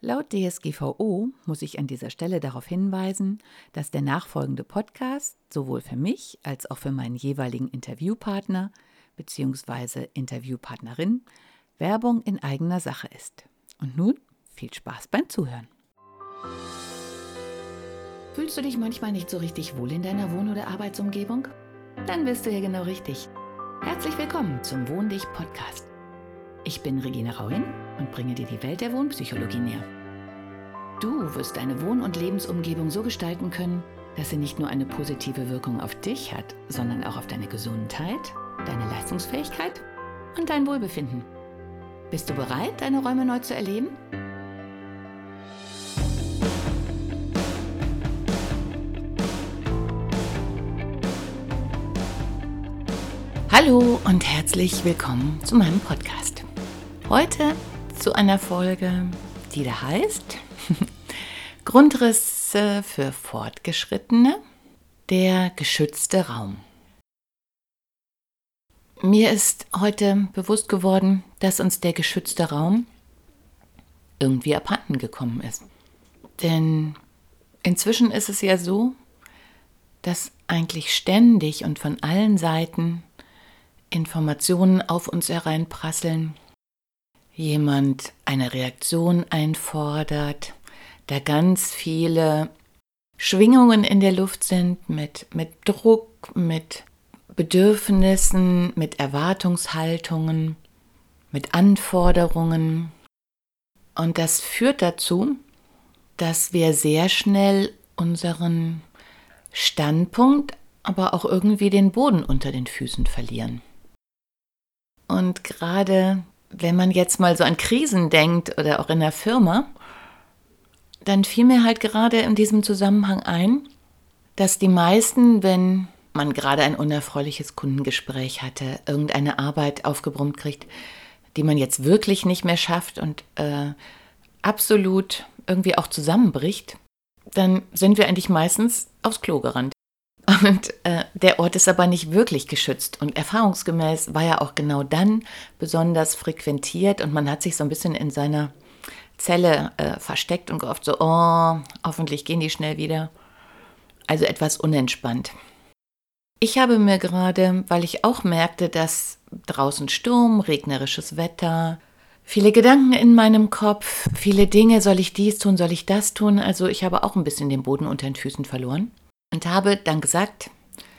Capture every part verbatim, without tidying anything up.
Laut D S G V O muss ich an dieser Stelle darauf hinweisen, dass der nachfolgende Podcast sowohl für mich als auch für meinen jeweiligen Interviewpartner bzw. Interviewpartnerin Werbung in eigener Sache ist. Und nun viel Spaß beim Zuhören. Fühlst du dich manchmal nicht so richtig wohl in deiner Wohn- oder Arbeitsumgebung? Dann bist du hier genau richtig. Herzlich willkommen zum Wohn dich Podcast. Ich bin Regine Rauhin und bringe dir die Welt der Wohnpsychologie näher. Du wirst deine Wohn- und Lebensumgebung so gestalten können, dass sie nicht nur eine positive Wirkung auf dich hat, sondern auch auf deine Gesundheit, deine Leistungsfähigkeit und dein Wohlbefinden. Bist du bereit, deine Räume neu zu erleben? Hallo und herzlich willkommen zu meinem Podcast. Heute zu einer Folge, die da heißt Grundrisse für Fortgeschrittene, der geschützte Raum. Mir ist heute bewusst geworden, dass uns der geschützte Raum irgendwie abhanden gekommen ist. Denn inzwischen ist es ja so, dass eigentlich ständig und von allen Seiten Informationen auf uns hereinprasseln, jemand eine Reaktion einfordert, da ganz viele Schwingungen in der Luft sind mit, mit Druck, mit Bedürfnissen, mit Erwartungshaltungen, mit Anforderungen. Und das führt dazu, dass wir sehr schnell unseren Standpunkt, aber auch irgendwie den Boden unter den Füßen verlieren. Und gerade wenn man jetzt mal so an Krisen denkt oder auch in der Firma, dann fiel mir halt gerade in diesem Zusammenhang ein, dass die meisten, wenn man gerade ein unerfreuliches Kundengespräch hatte, irgendeine Arbeit aufgebrummt kriegt, die man jetzt wirklich nicht mehr schafft und äh, absolut irgendwie auch zusammenbricht, dann sind wir eigentlich meistens aufs Klo gerannt. Und äh, der Ort ist aber nicht wirklich geschützt und erfahrungsgemäß war er auch genau dann besonders frequentiert und man hat sich so ein bisschen in seiner Zelle äh, versteckt und gehofft so, oh, hoffentlich gehen die schnell wieder. Also etwas unentspannt. Ich habe mir gerade, weil ich auch merkte, dass draußen Sturm, regnerisches Wetter, viele Gedanken in meinem Kopf, viele Dinge, soll ich dies tun, soll ich das tun, also ich habe auch ein bisschen den Boden unter den Füßen verloren. Und habe dann gesagt,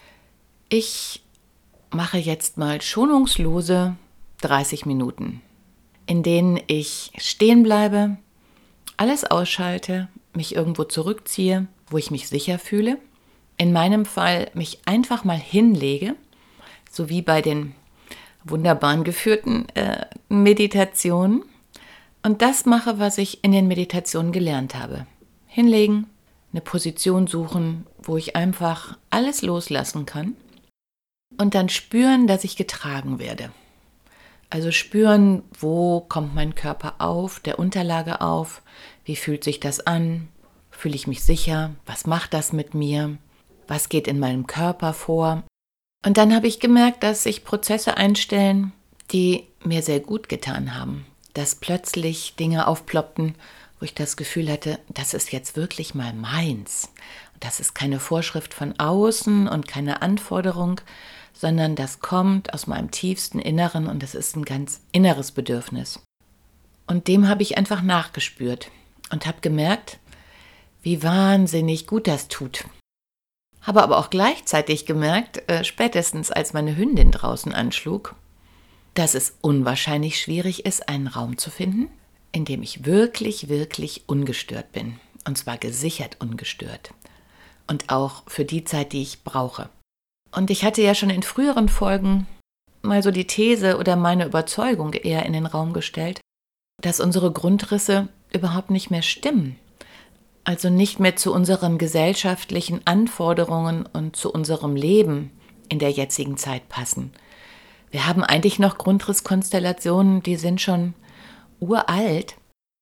ich mache jetzt mal schonungslose dreißig Minuten, in denen ich stehen bleibe, alles ausschalte, mich irgendwo zurückziehe, wo ich mich sicher fühle. In meinem Fall mich einfach mal hinlege, so wie bei den wunderbaren geführten äh, Meditationen. Und das mache, was ich in den Meditationen gelernt habe. Hinlegen, eine Position suchen, wo ich einfach alles loslassen kann und dann spüren, dass ich getragen werde. Also spüren, wo kommt mein Körper auf, der Unterlage auf, wie fühlt sich das an, fühle ich mich sicher, was macht das mit mir, was geht in meinem Körper vor. Und dann habe ich gemerkt, dass sich Prozesse einstellen, die mir sehr gut getan haben, dass plötzlich Dinge aufploppten, wo ich das Gefühl hatte, das ist jetzt wirklich mal meins. Das ist keine Vorschrift von außen und keine Anforderung, sondern das kommt aus meinem tiefsten Inneren und das ist ein ganz inneres Bedürfnis. Und dem habe ich einfach nachgespürt und habe gemerkt, wie wahnsinnig gut das tut. Habe aber auch gleichzeitig gemerkt, äh, spätestens als meine Hündin draußen anschlug, dass es unwahrscheinlich schwierig ist, einen Raum zu finden, in dem ich wirklich, wirklich ungestört bin. Und zwar gesichert ungestört. Und auch für die Zeit, die ich brauche. Und ich hatte ja schon in früheren Folgen mal so die These oder meine Überzeugung eher in den Raum gestellt, dass unsere Grundrisse überhaupt nicht mehr stimmen. Also nicht mehr zu unseren gesellschaftlichen Anforderungen und zu unserem Leben in der jetzigen Zeit passen. Wir haben eigentlich noch Grundrisskonstellationen, die sind schon uralt.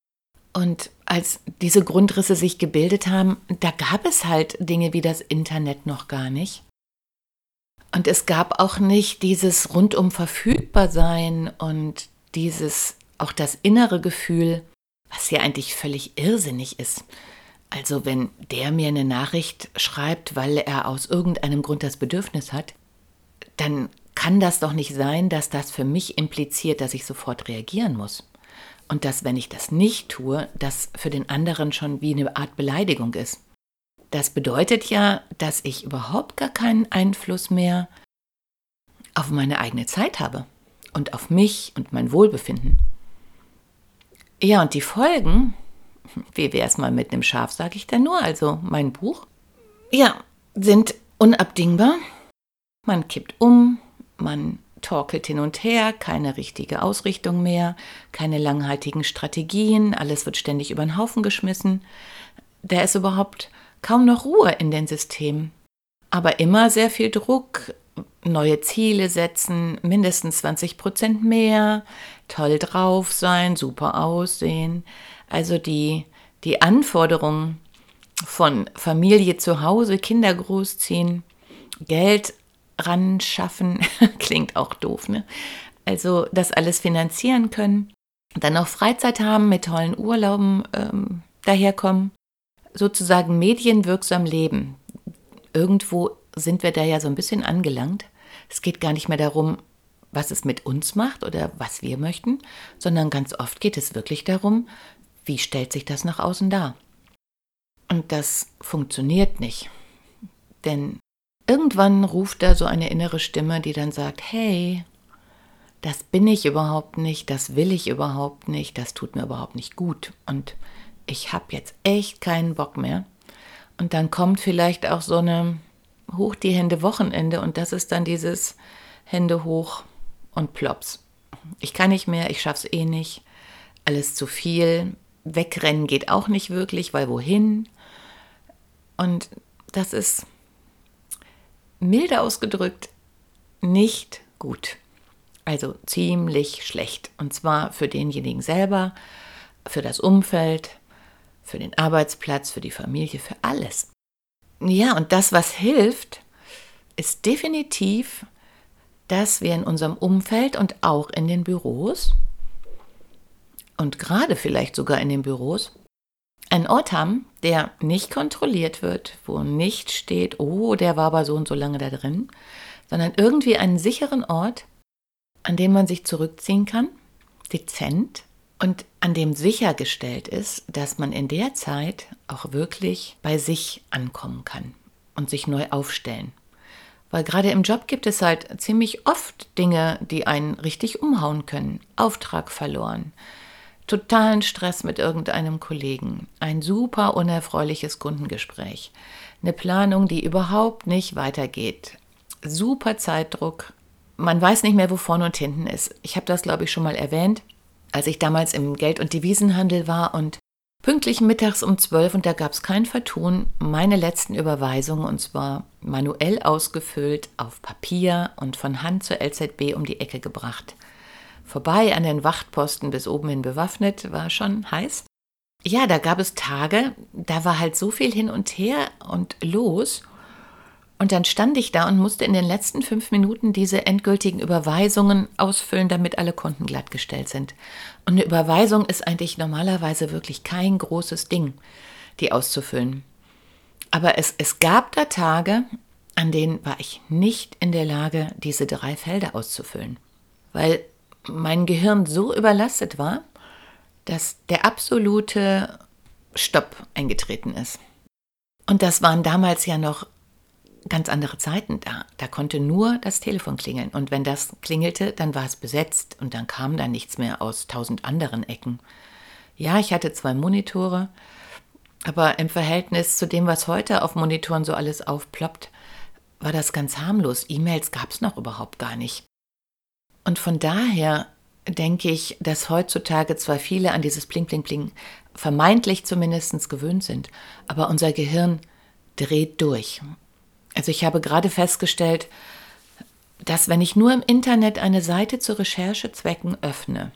Und als diese Grundrisse sich gebildet haben, da gab es halt Dinge wie das Internet noch gar nicht. Und es gab auch nicht dieses rundum Verfügbarsein und dieses, auch das innere Gefühl, Was ja eigentlich völlig irrsinnig ist. Also wenn der mir eine Nachricht schreibt, weil er aus irgendeinem Grund das Bedürfnis hat, dann kann das doch nicht sein, dass das für mich impliziert, dass ich sofort reagieren muss. Und dass, wenn ich das nicht tue, das für den anderen schon wie eine Art Beleidigung ist. Das bedeutet ja, dass ich überhaupt gar keinen Einfluss mehr auf meine eigene Zeit habe und auf mich und mein Wohlbefinden. Ja, und die Folgen, wie wäre es mal mit einem Schaf, sage ich dann nur, also mein Buch, ja, sind unabdingbar. Man kippt um, man torkelt hin und her, keine richtige Ausrichtung mehr, keine langhaltigen Strategien, alles wird ständig über den Haufen geschmissen. Da ist überhaupt kaum noch Ruhe in den Systemen. Aber immer sehr viel Druck, neue Ziele setzen, mindestens zwanzig Prozent mehr, toll drauf sein, super aussehen. Also die, die Anforderungen von Familie zu Hause, Kinder großziehen, Geld ran schaffen, klingt auch doof, ne? Also das alles finanzieren können, dann noch Freizeit haben, mit tollen Urlauben ähm, daherkommen, sozusagen medienwirksam leben. Irgendwo sind wir da ja so ein bisschen angelangt. Es geht gar nicht mehr darum, was es mit uns macht oder was wir möchten, sondern ganz oft geht es wirklich darum, wie stellt sich das nach außen dar. Und das funktioniert nicht, denn irgendwann ruft da so eine innere Stimme, die dann sagt, hey, das bin ich überhaupt nicht, das will ich überhaupt nicht, das tut mir überhaupt nicht gut und ich habe jetzt echt keinen Bock mehr. Und dann kommt vielleicht auch so eine hoch die Hände Wochenende und das ist dann dieses Hände hoch und plops. Ich kann nicht mehr, ich schaff's eh nicht, alles zu viel, wegrennen geht auch nicht wirklich, weil wohin? Und das ist milde ausgedrückt nicht gut. Also ziemlich schlecht. Und zwar für denjenigen selber, für das Umfeld, für den Arbeitsplatz, für die Familie, für alles. Ja, und das, was hilft, ist definitiv, dass wir in unserem Umfeld und auch in den Büros und gerade vielleicht sogar in den Büros einen Ort haben, der nicht kontrolliert wird, wo nicht steht, oh, der war aber so und so lange da drin, sondern irgendwie einen sicheren Ort, an dem man sich zurückziehen kann, dezent, und an dem sichergestellt ist, dass man in der Zeit auch wirklich bei sich ankommen kann und sich neu aufstellen. Weil gerade im Job gibt es halt ziemlich oft Dinge, die einen richtig umhauen können. Auftrag verloren, totalen Stress mit irgendeinem Kollegen, ein super unerfreuliches Kundengespräch, eine Planung, die überhaupt nicht weitergeht, super Zeitdruck, man weiß nicht mehr, wo vorne und hinten ist. Ich habe das, glaube ich, schon mal erwähnt, als ich damals im Geld- und Devisenhandel war und pünktlich mittags um zwölf, und da gab es kein Vertun, meine letzten Überweisungen, und zwar manuell ausgefüllt, auf Papier und von Hand zur L Z B um die Ecke gebracht. Vorbei an den Wachtposten bis oben hin bewaffnet, war schon heiß. Ja, da gab es Tage, da war halt so viel hin und her und los. Und dann stand ich da und musste in den letzten fünf Minuten diese endgültigen Überweisungen ausfüllen, damit alle Konten glattgestellt sind. Und eine Überweisung ist eigentlich normalerweise wirklich kein großes Ding, die auszufüllen. Aber es, es gab da Tage, an denen war ich nicht in der Lage, diese drei Felder auszufüllen. Weil mein Gehirn so überlastet war, dass der absolute Stopp eingetreten ist. Und das waren damals ja noch ganz andere Zeiten da. Da konnte nur das Telefon klingeln. Und wenn das klingelte, dann war es besetzt und dann kam da nichts mehr aus tausend anderen Ecken. Ja, ich hatte zwei Monitore, aber im Verhältnis zu dem, was heute auf Monitoren so alles aufploppt, war das ganz harmlos. E-Mails gab es noch überhaupt gar nicht. Und von daher denke ich, dass heutzutage zwar viele an dieses Pling, Pling, Pling vermeintlich zumindest gewöhnt sind, aber unser Gehirn dreht durch. Also ich habe gerade festgestellt, dass wenn ich nur im Internet eine Seite zu Recherchezwecken öffne,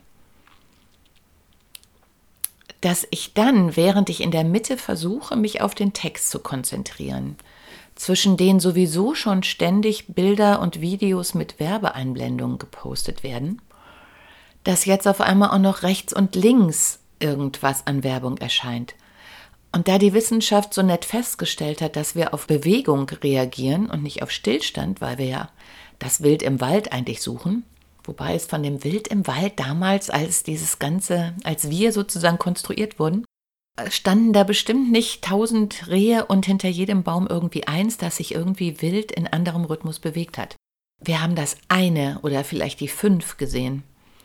dass ich dann, während ich in der Mitte versuche, mich auf den Text zu konzentrieren, zwischen denen sowieso schon ständig Bilder und Videos mit Werbeeinblendungen gepostet werden, dass jetzt auf einmal auch noch rechts und links irgendwas an Werbung erscheint. Und da die Wissenschaft so nett festgestellt hat, dass wir auf Bewegung reagieren und nicht auf Stillstand, weil wir ja das Wild im Wald eigentlich suchen, wobei es von dem Wild im Wald damals, als dieses Ganze, als wir sozusagen konstruiert wurden, standen da bestimmt nicht tausend Rehe und hinter jedem Baum irgendwie eins, das sich irgendwie wild in anderem Rhythmus bewegt hat. Wir haben das eine oder vielleicht die fünf gesehen.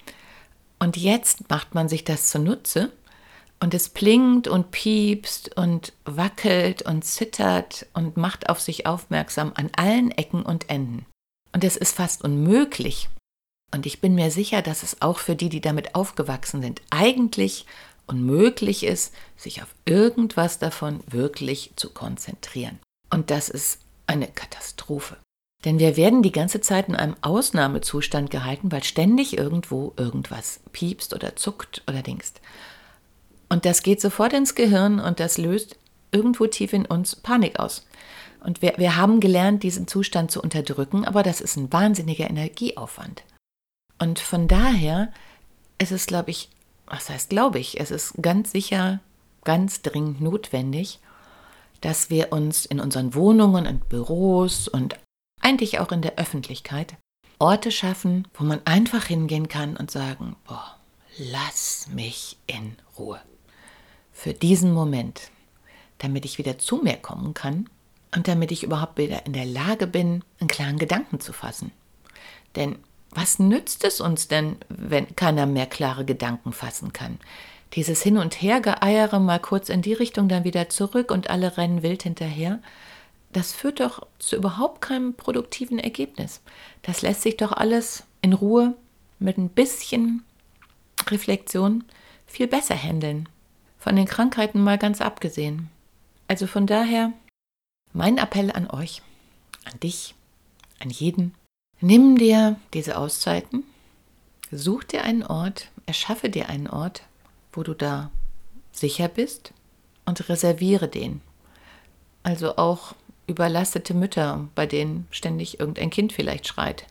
Und jetzt macht man sich das zunutze und es blinkt und piepst und wackelt und zittert und macht auf sich aufmerksam an allen Ecken und Enden. Und es ist fast unmöglich. Und ich bin mir sicher, dass es auch für die, die damit aufgewachsen sind, eigentlich unmöglich ist, sich auf irgendwas davon wirklich zu konzentrieren. Und das ist eine Katastrophe. Denn wir werden die ganze Zeit in einem Ausnahmezustand gehalten, weil ständig irgendwo irgendwas piepst oder zuckt oder dingst. Und das geht sofort ins Gehirn und das löst irgendwo tief in uns Panik aus. Und wir, wir haben gelernt, diesen Zustand zu unterdrücken, aber das ist ein wahnsinniger Energieaufwand. Und von daher ist es, glaube ich, was heißt glaube ich, es ist ganz sicher, ganz dringend notwendig, dass wir uns in unseren Wohnungen und Büros und eigentlich auch in der Öffentlichkeit Orte schaffen, wo man einfach hingehen kann und sagen, boah, lass mich in Ruhe. Für diesen Moment, damit ich wieder zu mir kommen kann und damit ich überhaupt wieder in der Lage bin, einen klaren Gedanken zu fassen. Denn was nützt es uns denn, wenn keiner mehr klare Gedanken fassen kann? Dieses Hin- und Hergeeiere, mal kurz in die Richtung, dann wieder zurück und alle rennen wild hinterher, das führt doch zu überhaupt keinem produktiven Ergebnis. Das lässt sich doch alles in Ruhe mit ein bisschen Reflexion viel besser handeln. Von den Krankheiten mal ganz abgesehen. Also von daher, mein Appell an euch, an dich, an jeden, nimm dir diese Auszeiten, such dir einen Ort, erschaffe dir einen Ort, wo du da sicher bist und reserviere den. Also auch überlastete Mütter, bei denen ständig irgendein Kind vielleicht schreit.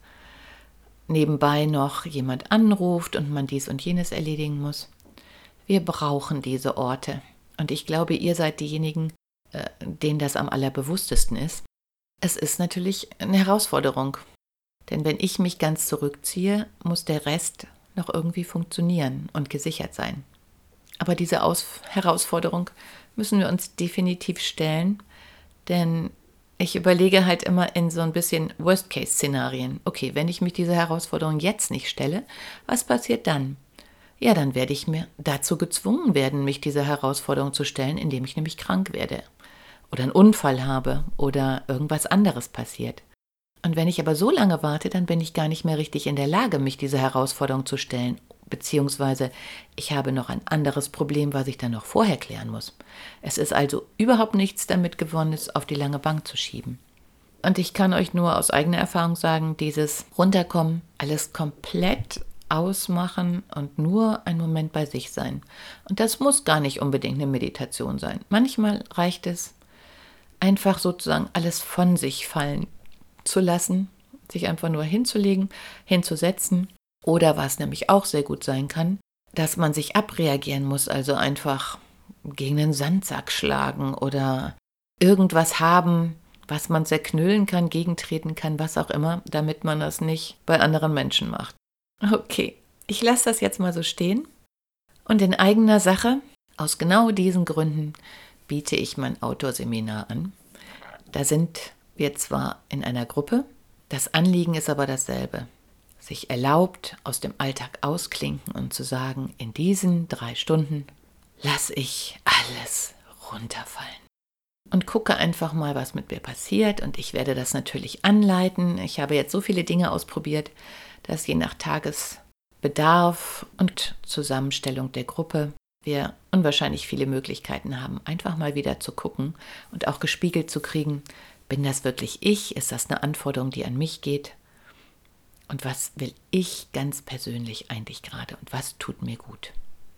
Nebenbei noch jemand anruft und man dies und jenes erledigen muss. Wir brauchen diese Orte. Und ich glaube, ihr seid diejenigen, äh, denen das am allerbewusstesten ist. Es ist natürlich eine Herausforderung. Denn wenn ich mich ganz zurückziehe, muss der Rest noch irgendwie funktionieren und gesichert sein. Aber diese Aus- Herausforderung müssen wir uns definitiv stellen, denn ich überlege halt immer in so ein bisschen Worst-Case-Szenarien. Okay, wenn ich mich dieser Herausforderung jetzt nicht stelle, was passiert dann? Ja, dann werde ich mir dazu gezwungen werden, mich dieser Herausforderung zu stellen, indem ich nämlich krank werde oder einen Unfall habe oder irgendwas anderes passiert. Und wenn ich aber so lange warte, dann bin ich gar nicht mehr richtig in der Lage, mich dieser Herausforderung zu stellen, beziehungsweise ich habe noch ein anderes Problem, was ich dann noch vorher klären muss. Es ist also überhaupt nichts damit gewonnen, es auf die lange Bank zu schieben. Und ich kann euch nur aus eigener Erfahrung sagen, dieses Runterkommen, alles komplett ausmachen und nur einen Moment bei sich sein. Und das muss gar nicht unbedingt eine Meditation sein. Manchmal reicht es, einfach sozusagen alles von sich fallen zu lassen, sich einfach nur hinzulegen, hinzusetzen. Oder was nämlich auch sehr gut sein kann, dass man sich abreagieren muss, also einfach gegen einen Sandsack schlagen oder irgendwas haben, was man zerknüllen kann, gegentreten kann, was auch immer, damit man das nicht bei anderen Menschen macht. Okay, ich lasse das jetzt mal so stehen. Und in eigener Sache, aus genau diesen Gründen, biete ich mein Outdoor-Seminar an. Da sind wir zwar in einer Gruppe, das Anliegen ist aber dasselbe. Sich erlaubt, aus dem Alltag ausklinken und zu sagen, in diesen drei Stunden lasse ich alles runterfallen. Und gucke einfach mal, was mit mir passiert. Und ich werde das natürlich anleiten. Ich habe jetzt so viele Dinge ausprobiert, dass je nach Tagesbedarf und Zusammenstellung der Gruppe wir unwahrscheinlich viele Möglichkeiten haben, einfach mal wieder zu gucken und auch gespiegelt zu kriegen, bin das wirklich ich? Ist das eine Anforderung, die an mich geht? Und was will ich ganz persönlich eigentlich gerade und was tut mir gut?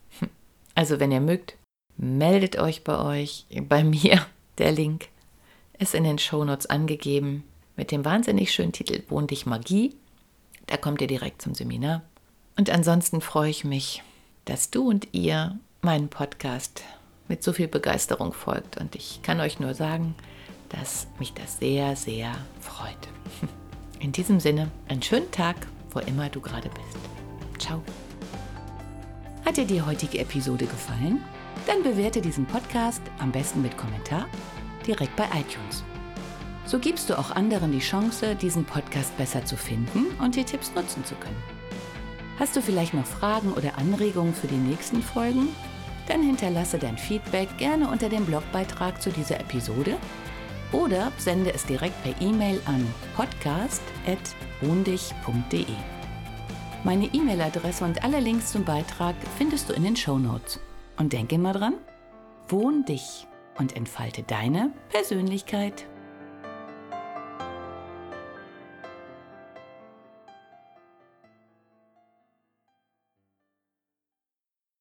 Also wenn ihr mögt, meldet euch bei euch, bei mir. Der Link ist in den Shownotes angegeben mit dem wahnsinnig schönen Titel Wohn dich Magie. Da kommt ihr direkt zum Seminar. Und ansonsten freue ich mich, dass du und ihr meinen Podcast mit so viel Begeisterung folgt. Und ich kann euch nur sagen, dass mich das sehr, sehr freut. In diesem Sinne, einen schönen Tag, wo immer du gerade bist. Ciao. Hat dir die heutige Episode gefallen? Dann bewerte diesen Podcast am besten mit Kommentar direkt bei iTunes. So gibst du auch anderen die Chance, diesen Podcast besser zu finden und die Tipps nutzen zu können. Hast du vielleicht noch Fragen oder Anregungen für die nächsten Folgen? Dann hinterlasse dein Feedback gerne unter dem Blogbeitrag zu dieser Episode oder sende es direkt per E-Mail an podcast at wohndich punkt de. Meine E-Mail-Adresse und alle Links zum Beitrag findest du in den Shownotes. Und denk immer dran, wohn dich und entfalte deine Persönlichkeit.